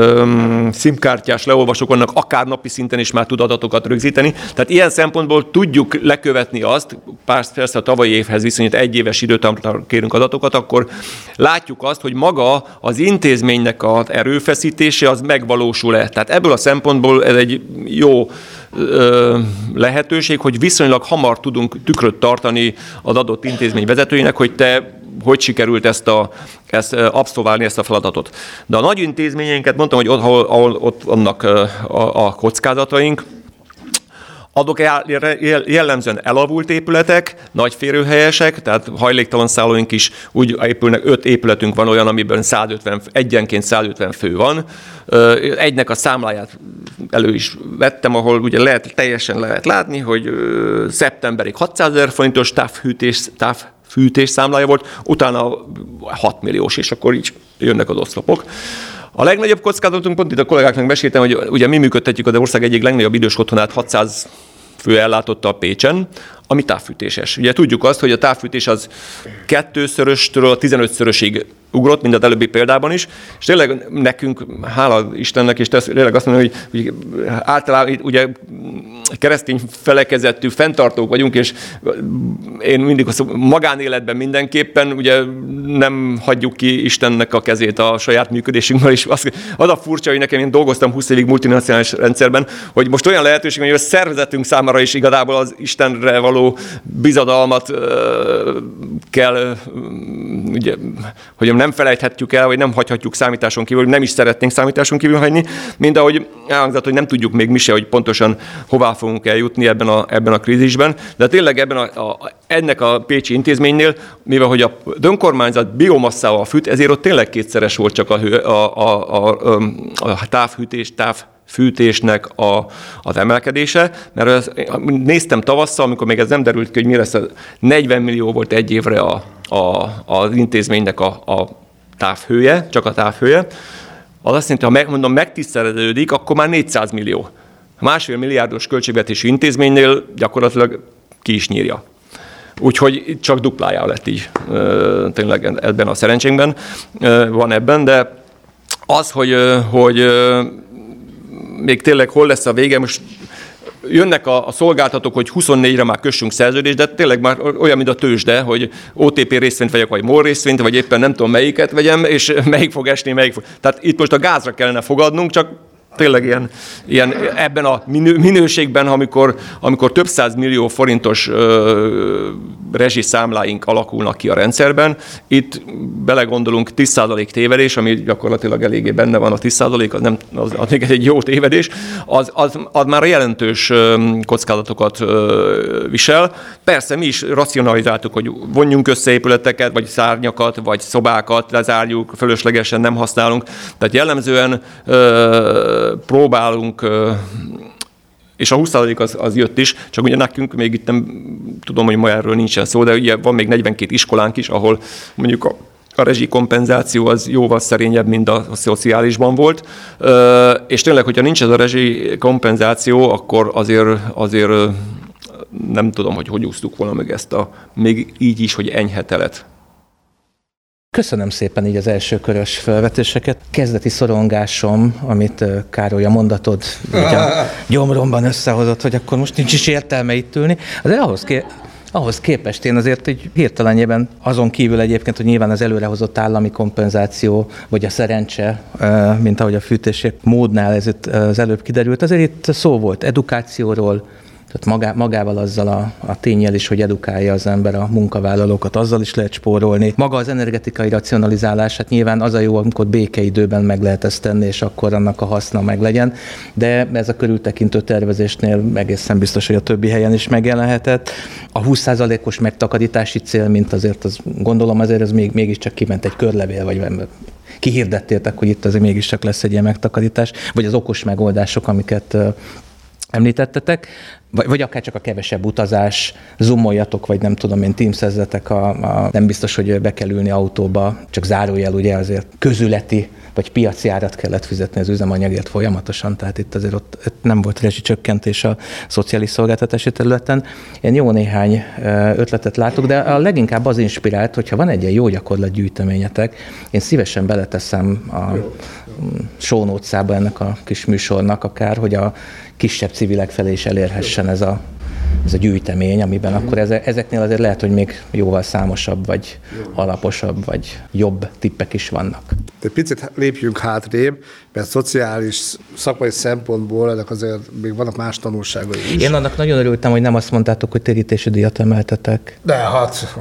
öm, szimkártyás leolvasók vannak, akár napi szinten is már tud adatokat rögzíteni. Tehát ilyen szempontból tudjuk lekövetni azt, persze a tavalyi évhez viszonyít egy éves időtartamra kérünk adatokat, akkor látjuk azt, hogy maga az intézménynek az erőfeszítése az megvalósul-e. Tehát ebből a szempontból ez egy jó lehetőség, hogy viszonylag hamar tudunk tükröt tartani az adott intézmény vezetőinek, hogy te hogy sikerült ezt, a, ezt abszolválni, ezt a feladatot. De a nagy intézményeinket mondtam, hogy ott, ahol, ahol ott vannak a, a kockázataink, azok jellemzően elavult épületek, nagy férőhelyesek, tehát hajléktalan szállóink is úgy épülnek, öt épületünk van olyan, amiben százötven, egyenként százötven fő van. Egynek a számláját elő is vettem, ahol ugye lehet, teljesen lehet látni, hogy szeptemberig hatszázezer forintos távfűtés, távfűtés számlája volt, utána hat milliós, és akkor így jönnek az oszlopok. A legnagyobb kockázatunk, pont itt a kollégáknak meséltem, hogy ugye mi működtetjük az ország egyik legnagyobb idős otthonát, hatszáz fő ellátotta a Pécsen, ami távfűtéses. Ugye tudjuk azt, hogy a távfűtés az kettőszöröstől a tizenötszörösig ugrott, mint az előbbi példában is, és tényleg nekünk, hála Istennek, és tényleg azt mondom, hogy, hogy általában ugye keresztény felekezettű fenntartók vagyunk, és én mindig azt mondom, magánéletben mindenképpen ugye nem hagyjuk ki Istennek a kezét a saját működésünkben, és az, az a furcsa, hogy nekem én dolgoztam húsz évig multinacionális rendszerben, hogy most olyan lehetőség, hogy a szervezetünk számára is igazából az Istenre való bizadalmat kell, ugye, hogy nem felejthetjük el, vagy nem hagyhatjuk számításon kívül, nem is szeretnénk számításon kívül hagyni, mind ahogy elhangzott, hogy nem tudjuk még mi se, hogy pontosan hová fogunk eljutni ebben a, ebben a krízisben, de tényleg ebben a, a, ennek a pécsi intézménynél, mivel hogy a önkormányzat biomasszával fűt, ezért ott tényleg kétszeres volt csak a, hő, a, a, a, a távhűtés, távfűtésnek a, az emelkedése, mert az, néztem tavasszal, amikor még ez nem derült ki, hogy mi lesz, negyven millió volt egy évre a, a, az intézménynek a, a távhője, csak a távhője. Az azt jelenti, ha meg, mondom, megtisztelődődik, akkor már négyszáz millió. A másfél milliárdos költségvetési intézménynél gyakorlatilag ki is nyírja. Úgyhogy csak duplájá lett így tényleg ebben a szerencsénkben van ebben, de az, hogy, hogy még tényleg hol lesz a vége, most jönnek a, a szolgáltatók, hogy huszonnégyre már kössünk szerződést, de tényleg már olyan, mint a tőzsde, hogy o té pé részvényt vegyek, vagy MOL részvényt, vagy éppen nem tudom melyiket vegyem, és melyik fog esni, melyik fog. Tehát itt most a gázra kellene fogadnunk, csak tényleg ilyen, ilyen ebben a minő, minőségben, amikor, amikor több száz millió forintos ö, rezsiszámláink alakulnak ki a rendszerben, itt belegondolunk tíz százalék tévedés, ami gyakorlatilag eléggé benne van a tíz százalék, az, nem, az, az még egy jó tévedés, az, az, az már jelentős kockázatokat ö, visel. Persze mi is racionalizáltuk, hogy vonjunk össze épületeket, vagy szárnyakat, vagy szobákat, lezárjuk, fölöslegesen nem használunk. Tehát jellemzően ö, próbálunk, és a húsz százalék az, az jött is, csak ugye nekünk még itt nem tudom, hogy ma erről nincsen szó, de ugye van még negyvenkét iskolánk is, ahol mondjuk a, a rezsikompenzáció az jóval szerényebb, mint a, a szociálisban volt. És tényleg, hogyha nincs ez a rezsikompenzáció, akkor azért, azért nem tudom, hogy hogy úsztuk volna meg ezt a még így is, hogy enyhe telet. Köszönöm szépen így az első körös felvetéseket. Kezdeti szorongásom, amit Károly a mondatod így a gyomromban összehozott, hogy akkor most nincs is értelme itt ülni. Azért ahhoz, ké- ahhoz képest én azért így hirtelenjében, azon kívül egyébként, hogy nyilván az előrehozott állami kompenzáció, vagy a szerencse, mint ahogy a fűtési módnál ez itt az előbb kiderült, azért itt szó volt edukációról, tehát magá, magával azzal a, a tényel is, hogy edukálja az ember a munkavállalókat, azzal is lehet spórolni. Maga az energetikai racionalizálás, hát nyilván az a jó, amikor békeidőben meg lehet ezt tenni, és akkor annak a haszna meglegyen, de ez a körültekintő tervezésnél egészen biztos, hogy a többi helyen is megjelenhetett. A húsz százalékos megtakarítási cél, mint azért, az, gondolom azért ez még, mégiscsak kiment egy körlevél, vagy kihirdettétek, hogy itt azért mégiscsak lesz egy ilyen megtakarítás, vagy az okos megoldások, amiket említettetek, vagy, vagy akár csak a kevesebb utazás, zoomoljatok, vagy nem tudom én, teamsezzetek, a, a, nem biztos, hogy be kell ülni autóba, csak zárójel ugye azért közületi, vagy piaci árat kellett fizetni az üzemanyagért folyamatosan, tehát itt azért ott, ott nem volt rezsicsökkentés a szociális szolgáltatási területen. Én jó néhány ötletet látok, de a leginkább az inspirált, hogyha van egy ilyen jó gyakorlatgyűjteményetek, én szívesen beleteszem a show notes-ába ennek a kis műsornak akár, hogy a kisebb civilek felé is elérhessen ez a, ez a gyűjtemény, amiben akkor ezeknél azért lehet, hogy még jóval számosabb, vagy alaposabb, vagy jobb tippek is vannak. De picit lépjünk hátrébb, mert szociális, szakmai szempontból ennek azért még vannak más tanulságai is. Én annak nagyon örültem, hogy nem azt mondtátok, hogy térítési díjat emeltetek. De hát...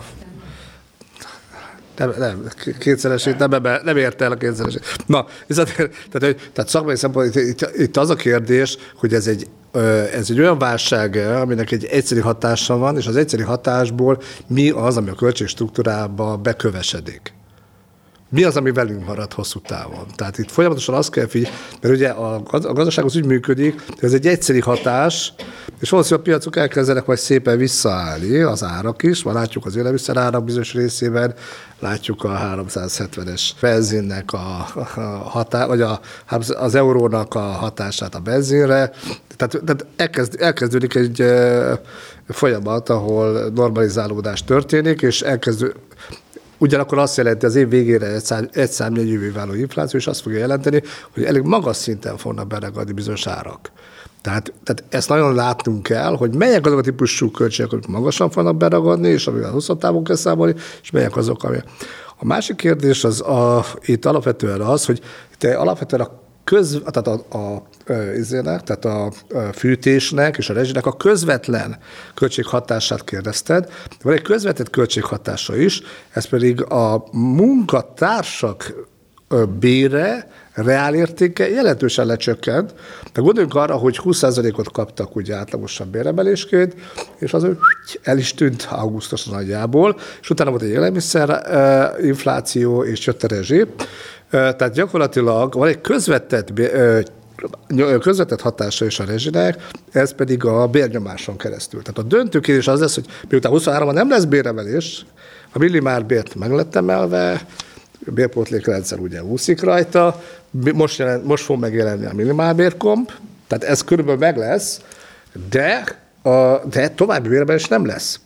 Nem, nem, kétszeresét, nem, nem érte el a kétszeresét. Na, tehát, tehát, tehát szakmai szempontból itt, itt az a kérdés, hogy ez egy, ez egy olyan válság, aminek egy egyszeri hatása van, és az egyszeri hatásból mi az, ami a költségstruktúrába bekövesedik. Mi az, ami velünk marad hosszú távon? Tehát itt folyamatosan azt kell figyelni, mert ugye a gazdaság az úgy működik, hogy ez egy egyszeri hatás, és valószínűleg a piacok elkezdenek majd szépen visszaállni, az árak is, már látjuk az élelmiszer árak bizonyos részében, látjuk a háromszázhetvenes benzinnek a, a hatá, vagy a, az eurónak a hatását a benzinre. Tehát, tehát elkezd, elkezdődik egy folyamat, ahol normalizálódás történik, és elkezdő, ugyanakkor azt jelenti az év végére egy számjegyűvé váló infláció, és azt fogja jelenteni, hogy elég magas szinten fognak beragadni bizonyos árak. Tehát, tehát ezt nagyon látnunk kell, hogy melyek azok a típusú költségek, amik magasan fognak beragadni, és amivel hosszabb távon kell számolni, és melyek azok, amik... A másik kérdés az a, itt alapvetően az, hogy itt alapvetően a Köz, tehát a, a, a, tehát a fűtésnek és a rezsinek a közvetlen költséghatását kérdezted. Van egy közvetett költséghatása is, ez pedig a munkatársak bére, reálértéke jelentősen lecsökkent. De gondoljunk arra, hogy húsz százalékot kaptak ugye átlagosan béremelésként, és az el is tűnt augusztus nagyjából, és utána volt egy élelmiszer infláció, és jött a rezsi. Tehát gyakorlatilag van egy közvetett, közvetett hatása is a rezsinek, ez pedig a bérnyomáson keresztül. Tehát a döntő kérdés az lesz, hogy miután huszonháromban nem lesz béremelés, a minimálbért meg lett emelve, a bérpótlékrendszer ugye úszik rajta, most, jelent, most fog megjelenni a minimálbérkomp, tehát ez körülbelül meg lesz, de, a, de további béremelés nem lesz.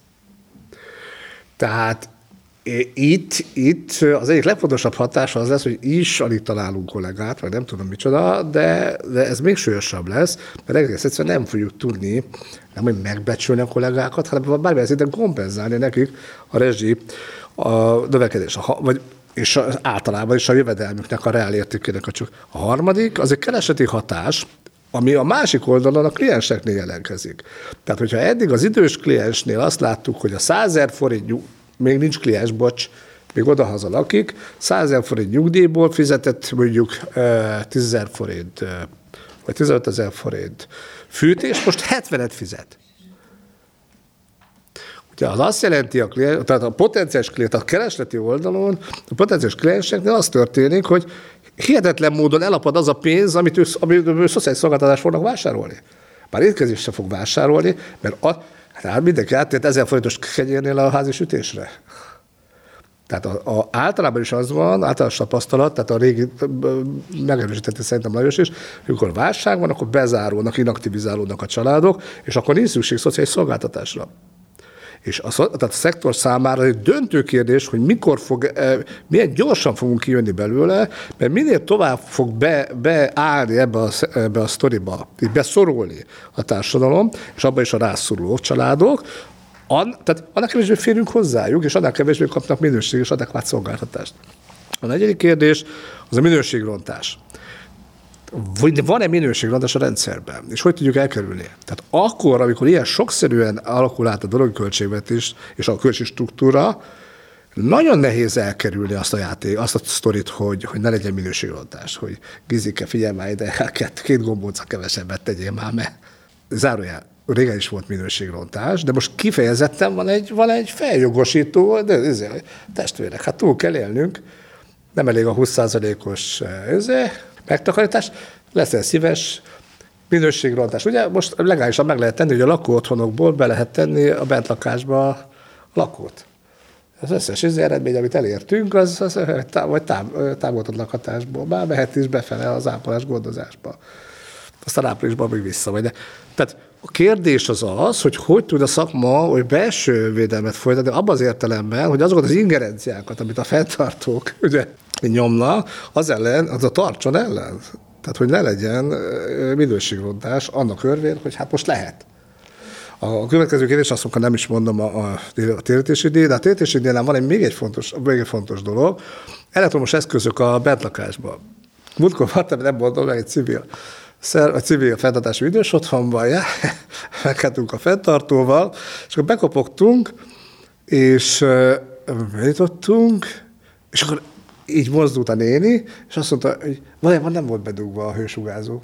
Tehát itt, itt az egyik legfontosabb hatása az lesz, hogy is alig találunk kollégát, vagy nem tudom micsoda, de, de ez még súlyosabb lesz, mert egész egyszerűen nem fogjuk tudni nem hogy megbecsülni a kollégákat, hanem bármilyen szinten kompenzálni nekik a rezsi, a növekedés, vagy és általában is a jövedelmüknek, a reál értékének a csak. A harmadik, az egy kereseti hatás, ami a másik oldalon a klienseknél jelentkezik. Tehát, hogyha eddig az idős kliensnél azt láttuk, hogy a százezer forint, még nincs kliens, bocs, még odahaza lakik, százezer forint nyugdíjból fizetett mondjuk tízezer forint, vagy tizenötezer forint fűtés, most hetvenet fizet. Ugye az azt jelenti, a klien, tehát a potenciális klient, a keresleti oldalon, a potenciális klienseknél az történik, hogy hihetetlen módon elapad az a pénz, amit ő, amit ő szociális szolgáltatást fognak vásárolni. Már étkezést sem fog vásárolni, mert a, hát mindenki áttért ezer forintos kenyérnél a házi sütésre. Tehát a, a, általában is az van, általános tapasztalat, tehát a régi megerősítette szerintem Lajos is, amikor válság van, akkor bezárulnak, inaktivizálódnak a családok, és akkor nincs szükség szociális szolgáltatásra. És a, tehát a szektor számára egy döntő kérdés, hogy mikor fog, milyen gyorsan fogunk kijönni belőle, mert minél tovább fog be, beállni ebbe a, ebbe a sztoriba, így beszorulni a társadalom, és abban is a rászoruló családok, an, tehát annak kevésbé férünk hozzájuk, és annak kevésbé kapnak minőségi és adekvát szolgáltatást. A negyedik kérdés az a minőségrontás. Van-e minőségrontás a rendszerben? És hogy tudjuk elkerülni? Tehát akkor, amikor ilyen sokszerűen alakul át a dolog költségvetés és a költség struktúra, nagyon nehéz elkerülni azt a játék, azt a sztorit, hogy, hogy ne legyen minőségrontás, hogy Gizike, figyelj már ide, két, két gombóca kevesebbet tegyél már, mert zárójel, régen is volt minőségrontás, de most kifejezetten van egy, van egy feljogosító, de ezért, testvérek, hát túl kell élnünk, nem elég a húsz százalékos ezért, megtakarítás, leszel szíves, minőségrontás. Ugye most legálisan meg lehet tenni, hogy a lakóotthonokból be lehet tenni a bentlakásba a lakót. Az összes eredmény, amit elértünk, az, az vagy támogatott lakhatásból már mehet is befele az ápolás gondozásba. Aztán áprilisban még vissza vagy. De, tehát a kérdés az az, hogy hogy tud a szakma hogy belső védelmet folytatni, abban az értelemben, hogy azokat az ingerenciákat, amit a fenntartók ugye, nyomnak, az ellen, az a tartson ellen. Tehát, hogy ne legyen minőségrontás annak örvén, hogy hát most lehet. A következő kérdés, azt mondom, nem is mondom a, a térítési díj, de a térítési díjnál van egy még egy fontos, még egy fontos dolog. Elektromos eszközök a bentlakásban. Múltkor hattam, nem mondom, meg egy civil, a civil fenntartási idős otthonban, ja, meghettünk a fenntartóval, és akkor bekopogtunk, és benyitottunk, és akkor így mozdult a néni, és azt mondta, hogy valójában nem volt bedugva a hősugárzó.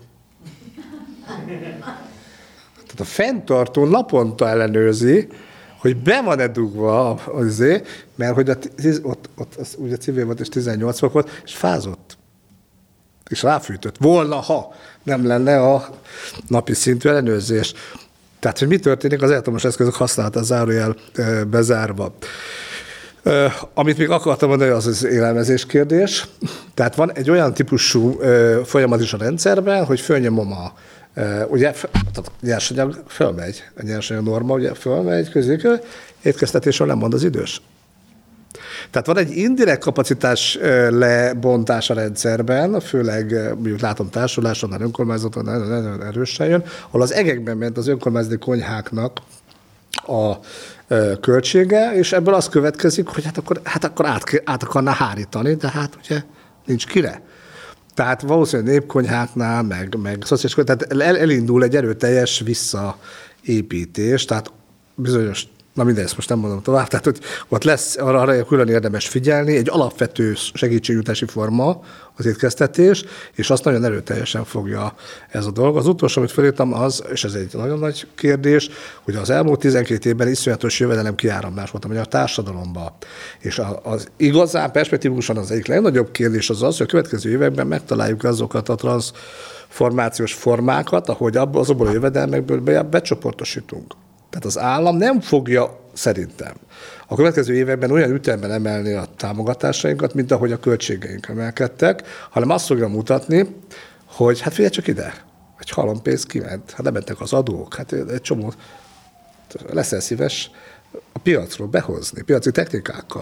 Tehát a fenntartó naponta ellenőrzi, hogy be van-e dugva azért, mert hogy a, ott, ott az, ugye civil volt, és tizennyolc fok volt, és fázott. És ráfűtött volna, ha nem lenne a napi szintű ellenőrzés. Tehát, hogy mi történik, az elektromos eszközök használata zárójel bezárva. Uh, amit még akartam mondani, az az élelmezés kérdés. Tehát van egy olyan típusú uh, folyamat is a rendszerben, hogy fölnyomom a uh, ugye, a nyersanyag fölmegy, a nyersanyag norma ugye fölmegy közékül, étkeztetésről nem mond az idős. Tehát van egy indirekt kapacitás uh, lebontás a rendszerben, főleg uh, mondjuk látom társuláson, a önkormányzaton nagyon erősen jön, ahol az egekben ment az önkormányzati konyháknak a költsége, és ebből az következik, hogy hát akkor, hát akkor át, át akarná hárítani, de hát ugye nincs kire. Tehát valószínűleg népkonyháknál, meg, meg szociális, tehát el, elindul egy erőteljes visszaépítés, tehát bizonyos Na mindegy, ezt most nem mondom tovább. Tehát, hogy ott lesz, arra, arra külön érdemes figyelni, egy alapvető segítségnyújtási forma az étkeztetés, és azt nagyon erőteljesen fogja ez a dolog. Az utolsó, amit felírtam, az, és ez egy nagyon nagy kérdés, hogy az elmúlt tizenkét évben iszonyatos jövedelem kiáramlás volt a magyar társadalomban. És az igazán perspektívusan az egyik legnagyobb kérdés az az, hogy a következő években megtaláljuk azokat a transformációs formákat, ahogy abból, azokból a jövedelmekből be, becsoportosítunk. Tehát az állam nem fogja szerintem a következő években olyan ütemben emelni a támogatásainkat, mint ahogy a költségeink emelkedtek, hanem azt fogja mutatni, hogy hát figyelj csak ide, egy halompénz kiment, hát lementek az adók, hát egy csomó, leszel szíves a piacról behozni, piaci technikákkal.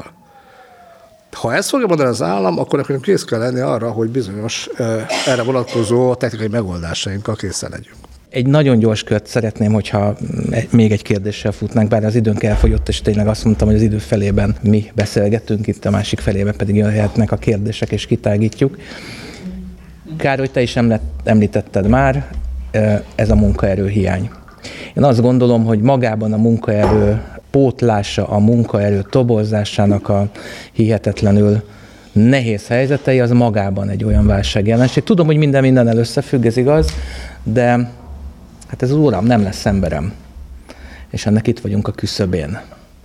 Ha ezt fogja mondani az állam, akkor nekünk kész kell lenni arra, hogy bizonyos erre vonatkozó technikai megoldásainkkal készen legyünk. Egy nagyon gyors kört szeretném, hogyha még egy kérdéssel futnánk, bár az időnk elfogyott, és tényleg azt mondtam, hogy az idő felében mi beszélgetünk, itt a másik felében pedig jöhetnek a kérdések, és kitágítjuk. Károly, te is említetted már, ez a munkaerő hiány. Én azt gondolom, hogy magában a munkaerő pótlása, a munkaerő toborzásának a hihetetlenül nehéz helyzetei, az magában egy olyan válságjelenség. Tudom, hogy minden mindennel összefügg, ez igaz, de hát ez az uram, nem lesz emberem. És ennek itt vagyunk a küszöbén.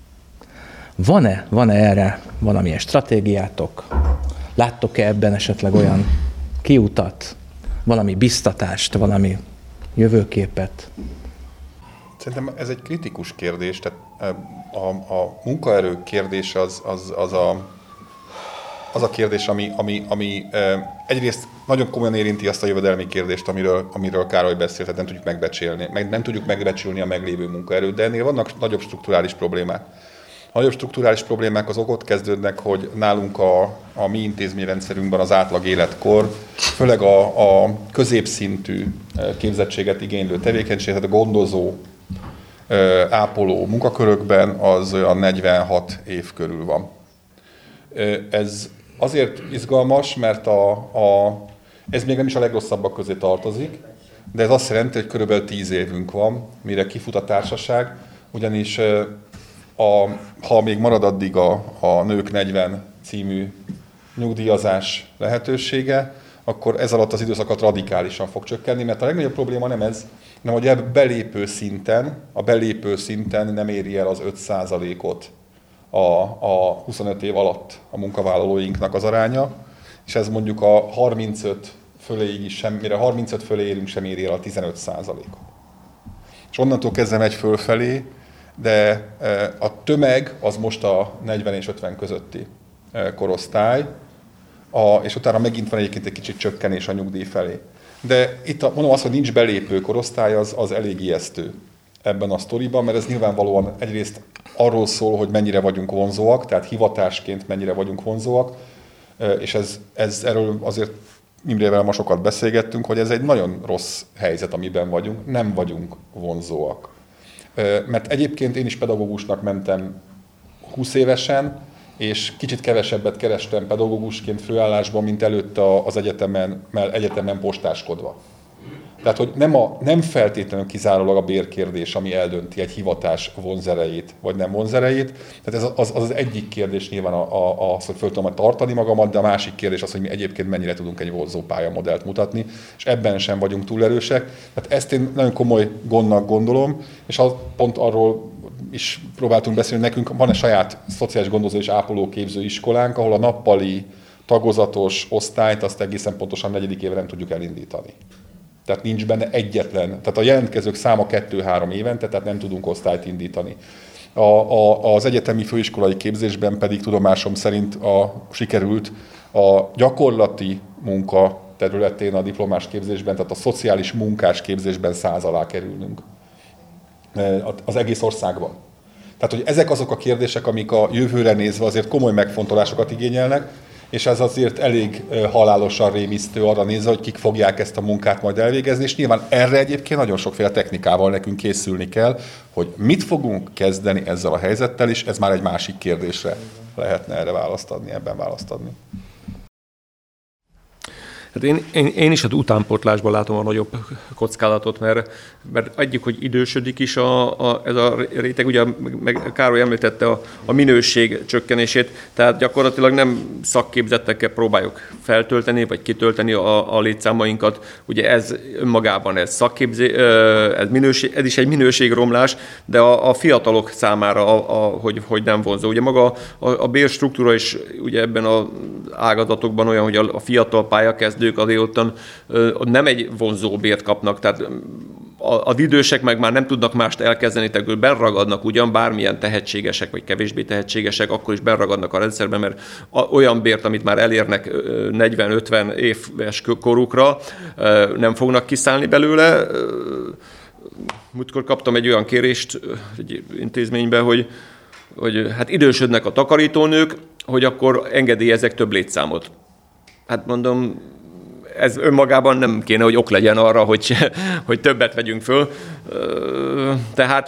Van-e, van-e erre valamilyen stratégiátok? Láttok-e ebben esetleg olyan kiutat, valami biztatást, valami jövőképet? Szerintem ez egy kritikus kérdés. Tehát a, a munkaerő kérdés az, az, az, a, az a kérdés, ami, ami, ami egyrészt nagyon komolyan érinti azt a jövedelmi kérdést, amiről, amiről Károly beszélt, tehát nem tudjuk megbecsülni, meg, nem tudjuk megbecsülni a meglévő munkaerőt, de ennél vannak nagyobb strukturális problémák. A nagyobb strukturális problémák azok ott kezdődnek, hogy nálunk a, a mi intézményrendszerünkben az átlag életkor, főleg a, a középszintű képzettséget igénylő tevékenység, tehát a gondozó, ápoló munkakörökben az olyan negyvenhat év körül van. Ez azért izgalmas, mert a, a, ez még nem is a legrosszabbak közé tartozik, de ez azt jelenti, hogy körülbelül tíz évünk van, mire kifut a társaság, ugyanis a, ha még marad addig a, a Nők negyven című nyugdíjazás lehetősége, akkor ez alatt az időszakat radikálisan fog csökkenni, mert a legnagyobb probléma nem ez, hanem hogy a belépő szinten, a belépő szinten nem éri el az öt százalékot a, a huszonöt év alatt a munkavállalóinknak az aránya, és ez mondjuk a harmincöt föléig is sem, mire harmincöt fölé érünk, sem éri el a tizenöt százalékot. És onnantól kezdve megy fölfelé, de a tömeg az most a negyven és ötven közötti korosztály, a, és utána megint van egyébként egy kicsit csökkenés a nyugdíj felé. De itt a, mondom azt, hogy nincs belépő korosztály, az, az elég ijesztő ebben a sztoriban, mert ez nyilvánvalóan egyrészt arról szól, hogy mennyire vagyunk vonzóak, tehát hivatásként mennyire vagyunk vonzóak, és ez, ez erről azért Imrével ma sokat beszélgettünk, hogy ez egy nagyon rossz helyzet, amiben vagyunk, nem vagyunk vonzóak. Mert egyébként én is pedagógusnak mentem húsz évesen, és kicsit kevesebbet kerestem pedagógusként főállásban, mint előtte az egyetemen, egyetemen postáskodva. Tehát, hogy nem, a, nem feltétlenül kizárólag a bérkérdés, ami eldönti egy hivatás vonzerejét, vagy nem vonzerejét. Tehát ez az az, az egyik kérdés nyilván a, a, az, hogy föl tudom tartani magamat, de a másik kérdés az, hogy mi egyébként mennyire tudunk egy vonzó pályamodellt mutatni, és ebben sem vagyunk túl erősek. Tehát ezt én nagyon komoly gondnak gondolom, és az, pont arról is próbáltunk beszélni, hogy nekünk van egy saját szociális gondozó és ápolóképző iskolánk, ahol a nappali tagozatos osztályt azt egészen pontosan negyedik évre nem tudjuk elindítani. Tehát nincs benne egyetlen, tehát a jelentkezők száma kettő-három évente, tehát nem tudunk osztályt indítani. A, a, az egyetemi főiskolai képzésben pedig tudomásom szerint a, sikerült a gyakorlati munka területén a diplomás képzésben, tehát a szociális munkás képzésben száz alá kerülnünk az egész országban. Tehát, hogy ezek azok a kérdések, amik a jövőre nézve azért komoly megfontolásokat igényelnek, és ez azért elég halálosan rémisztő arra nézve, hogy kik fogják ezt a munkát majd elvégezni, és nyilván erre egyébként nagyon sokféle technikával nekünk készülni kell, hogy mit fogunk kezdeni ezzel a helyzettel, és ez már egy másik kérdésre lehetne erre választ adni, ebben választ adni. Hát én, én, én is az utánpótlásban látom a nagyobb kockázatot, mert, mert egyik, hogy idősödik is a, a, ez a réteg, ugye meg Károly említette a, a minőség csökkenését, tehát gyakorlatilag nem szakképzettekkel próbáljuk feltölteni, vagy kitölteni a, a létszámainkat. Ugye ez önmagában ez szakképzés, ez, minőség, ez is egy minőségromlás, de a, a fiatalok számára, a, a, hogy, hogy nem vonzó. Ugye maga a, a bérstruktúra is ugye ebben az ágazatokban olyan, hogy a, a fiatal pályakezdők azért ottan nem egy vonzó bért kapnak, tehát az idősek meg már nem tudnak mást elkezdeni, tehát benragadnak ugyan, bármilyen tehetségesek, vagy kevésbé tehetségesek, akkor is benragadnak a rendszerben, mert olyan bért, amit már elérnek negyven-ötven éves korukra, nem fognak kiszállni belőle. Múltkor kaptam egy olyan kérést egy intézménybe, hogy, hogy hát idősödnek a takarítónők, hogy akkor engedélyezek több létszámot. Hát mondom, ez önmagában nem kéne, hogy ok legyen arra, hogy, hogy többet vegyünk föl. Tehát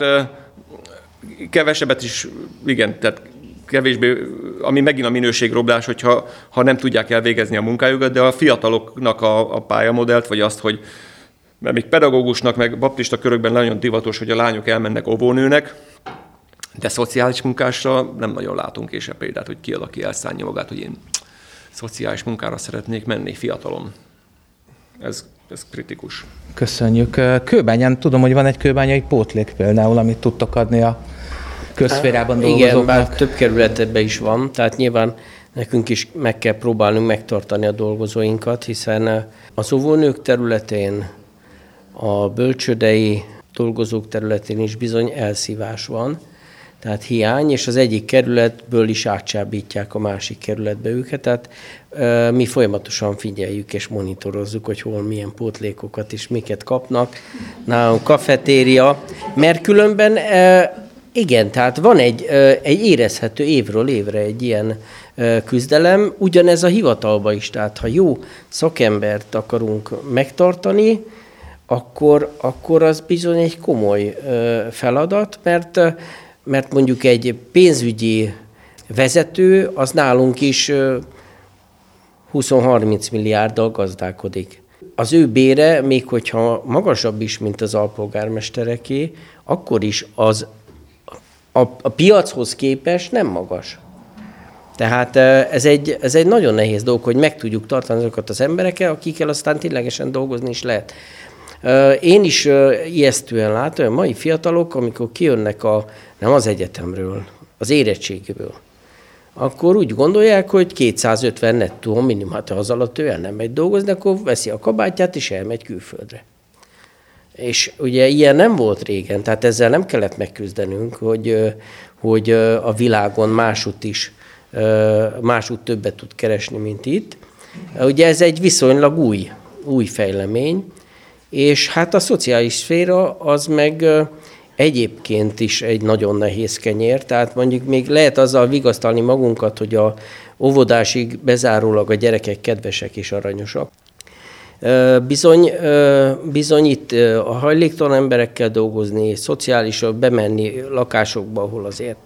kevesebbet is, igen, tehát kevésbé, ami megint a minőségroblás, hogyha ha nem tudják elvégezni a munkájukat, de a fiataloknak a, a pályamodellt, vagy azt, hogy mert még pedagógusnak, meg baptista körökben nagyon divatos, hogy a lányok elmennek óvónőnek, de szociális munkásra nem nagyon látunk és a példát, hogy ki az, aki elszánja magát, hogy én szociális munkára szeretnék menni, fiatalom. Ez, ez kritikus. Köszönjük. Kőbányán tudom, hogy van egy kőbányai pótlék például, amit tudtok adni a közszférában dolgozóknak. Igen, bár több kerületben is van, tehát nyilván nekünk is meg kell próbálnunk megtartani a dolgozóinkat, hiszen az óvónők területén, a bölcsődei dolgozók területén is bizony elszívás van, tehát hiány, és az egyik kerületből is átcsábítják a másik kerületbe őket, tehát e, mi folyamatosan figyeljük és monitorozzuk, hogy hol milyen pótlékokat és miket kapnak. Nálunk kafetéria, mert különben e, igen, tehát van egy, e, egy érezhető évről évre egy ilyen e, küzdelem, ugyanez a hivatalba is, tehát ha jó szakembert akarunk megtartani, akkor, akkor az bizony egy komoly e, feladat, mert mert mondjuk egy pénzügyi vezető, az nálunk is húsz-harminc milliárddal gazdálkodik. Az ő bére, még hogyha magasabb is, mint az alpolgármestereké, akkor is az a, a piachoz képest nem magas. Tehát ez egy, ez egy nagyon nehéz dolog, hogy meg tudjuk tartani azokat az embereket, akikkel aztán ténylegesen dolgozni is lehet. Én is ijesztően látom, a mai fiatalok, amikor kijönnek a, nem az egyetemről, az érettségiből, akkor úgy gondolják, hogy kétszázötven nettó minimum, hát az alatt ő el nem megy dolgozni, akkor veszi a kabátját és elmegy külföldre. És ugye ilyen nem volt régen, tehát ezzel nem kellett megküzdenünk, hogy, hogy a világon másút is, másút többet tud keresni, mint itt. Ugye ez egy viszonylag új, új fejlemény, és hát a szociális szféra az meg egyébként is egy nagyon nehéz kenyér, tehát mondjuk még lehet azzal vigasztalni magunkat, hogy a óvodásig bezárólag a gyerekek kedvesek és aranyosak. Bizony, bizony itt a hajléktalan emberekkel dolgozni, szociálisan bemenni lakásokba, ahol azért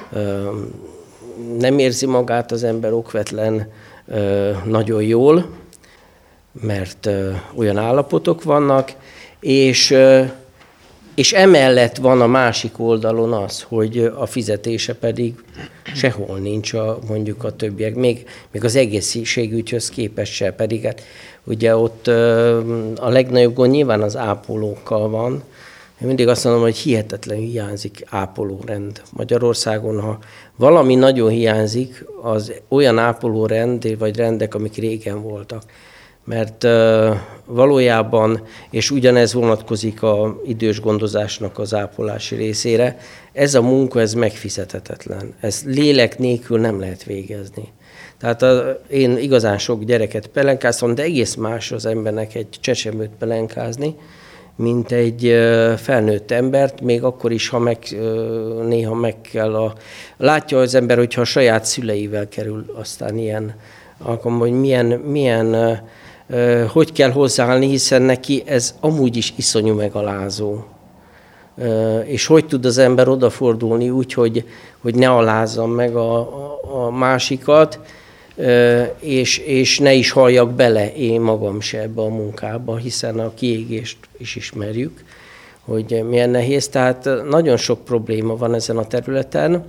nem érzi magát az ember okvetlen nagyon jól, mert olyan állapotok vannak, és, és emellett van a másik oldalon az, hogy a fizetése pedig sehol nincs a, mondjuk a többiek, még, még az egészségügyhöz képest se, pedig hát ugye ott a legnagyobb gond nyilván az ápolókkal van. Én mindig azt mondom, hogy hihetetlenül hiányzik ápolórend Magyarországon. Ha valami nagyon hiányzik, az olyan ápolórend, vagy rendek, amik régen voltak. Mert uh, valójában, és ugyanez vonatkozik az idős gondozásnak az ápolási részére, ez a munka, ez megfizethetetlen. Ez lélek nélkül nem lehet végezni. Tehát a, én igazán sok gyereket pelenkáztam, de egész más az embernek egy csecsemőt pelenkázni, mint egy uh, felnőtt embert, még akkor is, ha meg, uh, néha meg kell a... Látja az ember, hogyha a saját szüleivel kerül aztán ilyen alkalommal, hogy milyen... milyen uh, hogy kell hozzáállni, hiszen neki ez amúgy is iszonyú megalázó. És hogy tud az ember odafordulni úgy, hogy, hogy ne alázzam meg a, a, a másikat, és, és ne is halljak bele én magam se ebbe a munkába, hiszen a kiégést is ismerjük, hogy milyen nehéz. Tehát nagyon sok probléma van ezen a területen.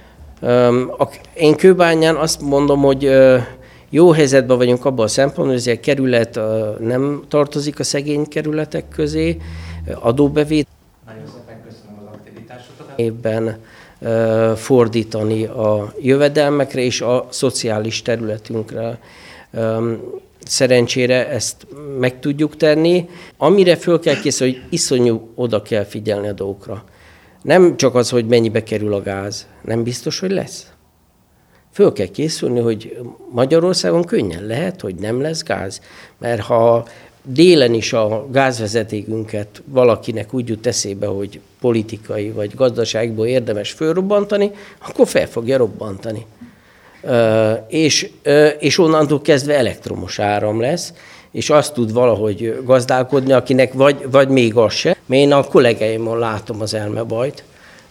Én Kőbányán azt mondom, hogy jó helyzetben vagyunk abban a szempontból, hogy ez a kerület nem tartozik a szegény kerületek közé, adóbevét. Nagyon szépen köszönöm az aktivitásokat. Évben fordítani a jövedelmekre és a szociális területünkre. Szerencsére ezt meg tudjuk tenni. Amire föl kell készülni, hogy iszonyú oda kell figyelni a dolgokra. Nem csak az, hogy mennyibe kerül a gáz, nem biztos, hogy lesz. Föl kell készülni, hogy Magyarországon könnyen lehet, hogy nem lesz gáz. Mert ha délen is a gázvezetékünket valakinek úgy jut eszébe, hogy politikai vagy gazdaságból érdemes fölrobbantani, akkor fel fogja robbantani. És, és onnantól kezdve elektromos áram lesz, és azt tud valahogy gazdálkodni, akinek vagy, vagy még az se. Én a kollégáimon látom az elmebajt,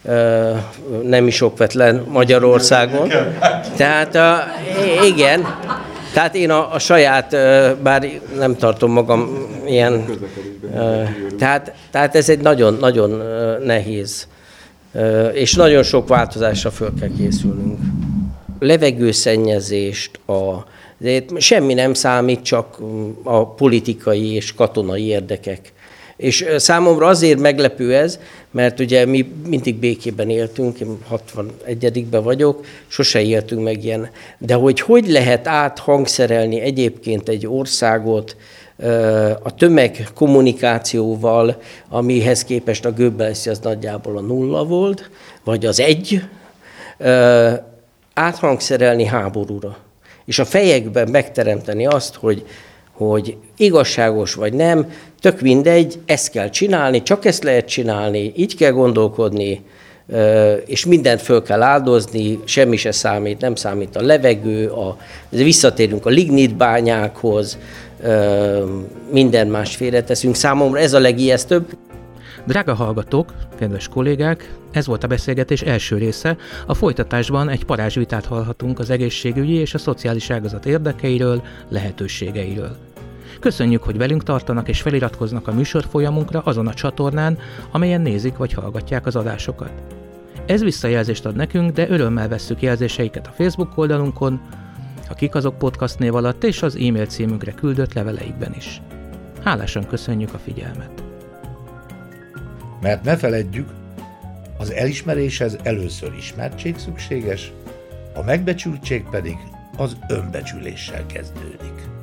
nem is okvetlen Magyarországon. Tehát igen, tehát én a, a saját, bár nem tartom magam ilyen, tehát, tehát ez egy nagyon, nagyon nehéz, és nagyon sok változásra föl kell készülnünk. Levegőszennyezést, a, semmi nem számít, csak a politikai és katonai érdekek. És számomra azért meglepő ez, mert ugye mi mindig békében éltünk, én hatvanegyedikben vagyok, sose éltünk meg ilyen. De hogy hogy lehet áthangszerelni egyébként egy országot a tömegkommunikációval, amihez képest a Goebbels az nagyjából a nulla volt, vagy az egy, áthangszerelni háborúra. És a fejekben megteremteni azt, hogy, hogy igazságos vagy nem, tök mindegy, ezt kell csinálni, csak ezt lehet csinálni, így kell gondolkodni, és mindent föl kell áldozni, semmi se számít, nem számít a levegő, a, visszatérünk a lignitbányákhoz, minden más félreteszünk. Számomra ez a legijesztőbb. Drága hallgatók, kedves kollégák, ez volt a beszélgetés első része. A folytatásban egy parázsvitát hallhatunk az egészségügyi és a szociális ágazat érdekeiről, lehetőségeiről. Köszönjük, hogy velünk tartanak és feliratkoznak a műsorfolyamunkra azon a csatornán, amelyen nézik vagy hallgatják az adásokat. Ez visszajelzést ad nekünk, de örömmel vesszük jelzéseiket a Facebook oldalunkon, a Kik azok podcast név alatt és az e-mail címünkre küldött leveleikben is. Hálásan köszönjük a figyelmet! Mert ne feledjük, az elismeréshez először ismertség szükséges, a megbecsültség pedig az önbecsüléssel kezdődik.